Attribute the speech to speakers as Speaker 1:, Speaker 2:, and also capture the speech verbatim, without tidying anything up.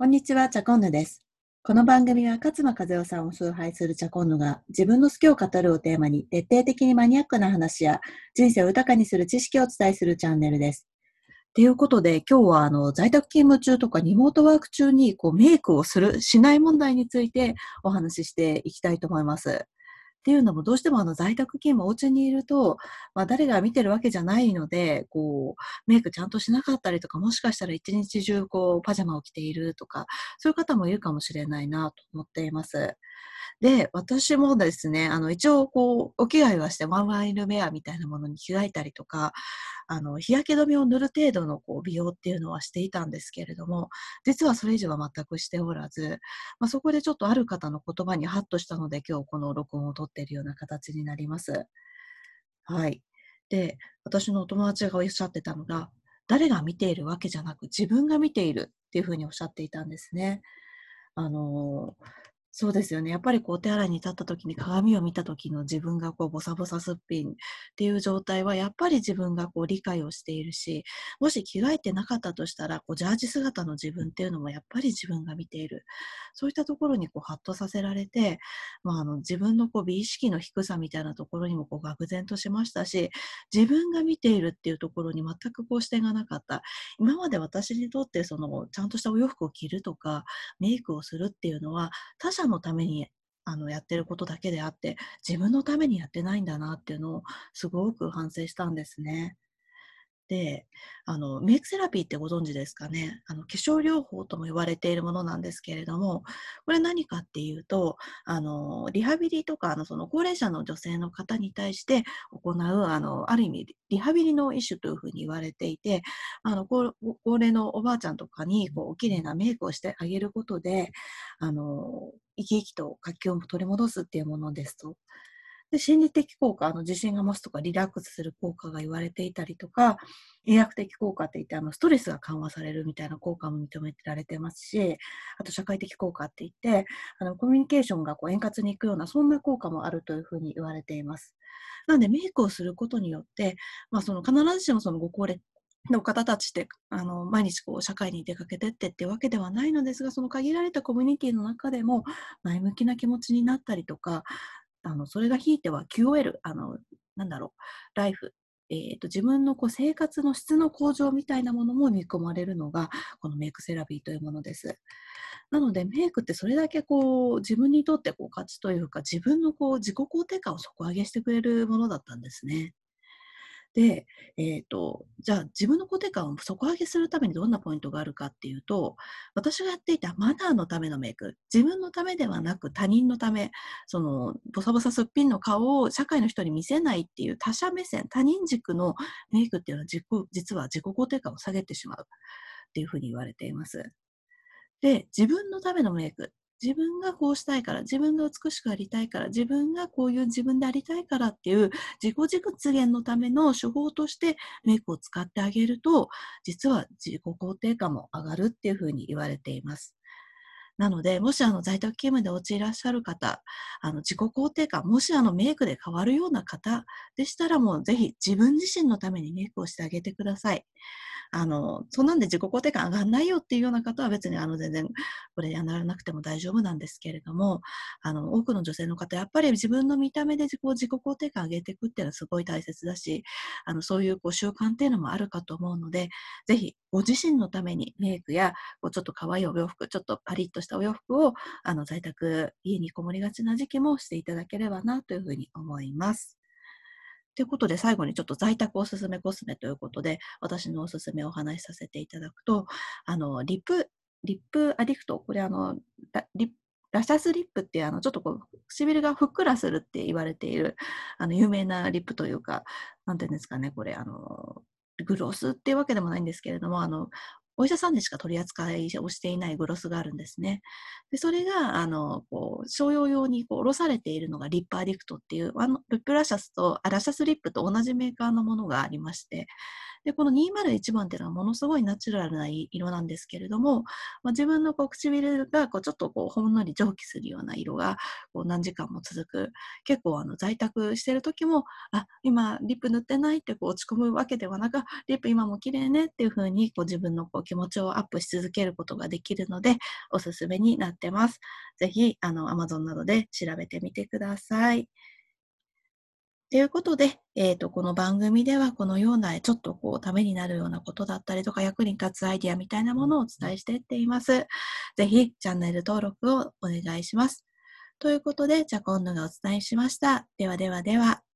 Speaker 1: こんにちは、チャコンヌです。この番組は勝間和代さんを崇拝するチャコンヌが自分の好きを語るをテーマに徹底的にマニアックな話や人生を豊かにする知識をお伝えするチャンネルです。ということで今日はあの在宅勤務中とかリモートワーク中にこうメイクをするしない問題についてお話ししていきたいと思います。っていうのもどうしてもあの在宅勤務お家にいると、まあ、誰が見てるわけじゃないのでこうメイクちゃんとしなかったりとか、もしかしたら一日中こうパジャマを着ているとか、そういう方もいるかもしれないなと思っています。で、私もですね、あの、一応、こう、お着替えはして、ワンワイルウェアみたいなものに着替えたりとか、あの、日焼け止めを塗る程度の、こう、美容っていうのはしていたんですけれども、実はそれ以上は全くしておらず、まあ、そこでちょっとある方の言葉にハッとしたので、今日この録音を取っているような形になります。はい。で、私のお友達がおっしゃってたのが、誰が見ているわけじゃなく、自分が見ているっていうふうにおっしゃっていたんですね。あの、そうですよね。やっぱりこうお手洗いに立った時に鏡を見た時の自分がこうボサボサすっぴんっていう状態はやっぱり自分がこう理解をしているし、もし着替えてなかったとしたら、こうジャージ姿の自分っていうのもやっぱり自分が見ている。そういったところにこうハッとさせられて、まあ、あの自分のこう美意識の低さみたいなところにもこう愕然としましたし、自分が見ているっていうところに全くこう視点がなかった。今まで私にとってそのちゃんとしたお洋服を着るとか、メイクをするっていうのは他者のためにあのやってることだけであって、自分のためにやってないんだなっていうのをすごく反省したんですね。で、あの、メイクセラピーってご存知ですかね。あの、化粧療法とも言われているものなんですけれども、これ何かっていうと、あの、リハビリとか、あの、その高齢者の女性の方に対して行う、あの、ある意味、リハビリの一種というふうに言われていて、あの、高高齢のおばあちゃんとかに、こう、お綺麗なメイクをしてあげることで、あの、生き生きと活気を取り戻すっていうものですと。で、心理的効果、あの自信が増すとかリラックスする効果が言われていたりとか、医薬的効果って言って、あのストレスが緩和されるみたいな効果も認められてますし、あと社会的効果って言って、あのコミュニケーションがこう円滑にいくような、そんな効果もあるというふうに言われています。なので、メイクをすることによって、まあ、その必ずしもそのご高齢の方たちって、あの、毎日こう、社会に出かけてってっていうわけではないのですが、その限られたコミュニティの中でも、前向きな気持ちになったりとか、あの、それがひいては キューオーエル、あの、なんだろう、ライフ、えっと、自分のこう生活の質の向上みたいなものも見込まれるのが、このメイクセラピーというものです。なので、メイクってそれだけこう、自分にとってこう価値というか、自分のこう、自己肯定感を底上げしてくれるものだったんですね。で、えっと、じゃあ自分の肯定感を底上げするためにどんなポイントがあるかっていうと、私がやっていたマナーのためのメイク、自分のためではなく他人のため、そのボサボサすっぴんの顔を社会の人に見せないっていう他者目線、他人軸のメイクっていうのは自己実は自己肯定感を下げてしまうっていうふうに言われています。で、自分のためのメイク。自分がこうしたいから、自分が美しくありたいから、自分がこういう自分でありたいからっていう自己実現のための手法としてメイクを使ってあげると、実は自己肯定感も上がるっていうふうに言われています。なので、もしあの在宅勤務でお家いらっしゃる方、あの自己肯定感、もしあのメイクで変わるような方でしたらもうぜひ自分自身のためにメイクをしてあげてください。あの、そんなんで自己肯定感上がんないよっていうような方は別にあの全然これやらなくても大丈夫なんですけれども、あの、多くの女性の方、やっぱり自分の見た目で自己自己肯定感上げていくっていうのはすごい大切だし、あの、そういうこう習慣っていうのもあるかと思うので、ぜひご自身のためにメイクやこうちょっと可愛いお洋服、ちょっとパリッとしたお洋服をあの在宅、家にこもりがちな時期もしていただければなというふうに思います。ということで、最後にちょっと在宅おすすめコスメということで、私のおすすめをお話しさせていただくと、あの、リップ、リップアディクト、これあの、ラリップラシャスリップっていうあの、ちょっとこう、唇がふっくらするって言われている、あの、有名なリップというか、なんていうんですかね、これ、あの、グロスっていうわけでもないんですけれども、あの、お医者さんでしか取り扱いをしていないグロスがあるんですね。で、それが、あの、こう、商用用にこう、おろされているのがリップアディクトっていう、あの、リップラシャスと、あラシャスリップと同じメーカーのものがありまして、 で、このにひゃくいちばんっていうのはものすごいナチュラルな色なんですけれども、まあ、自分のこう唇がこうちょっとこうほんのり蒸気するような色がこう何時間も続く。結構あの在宅してる時も、あ、今リップ塗ってないってこう落ち込むわけではなく、あリップ今も綺麗ねっていう風にこう自分のこう気持ちをアップし続けることができるので、おすすめになってます。ぜひあの Amazon などで調べてみてください。ということで、えっと、この番組ではこのようなちょっとこうためになるようなことだったりとか、役に立つアイディアみたいなものをお伝えしていっています。ぜひチャンネル登録をお願いします。ということで、じゃあ今度がお伝えしました。ではではでは。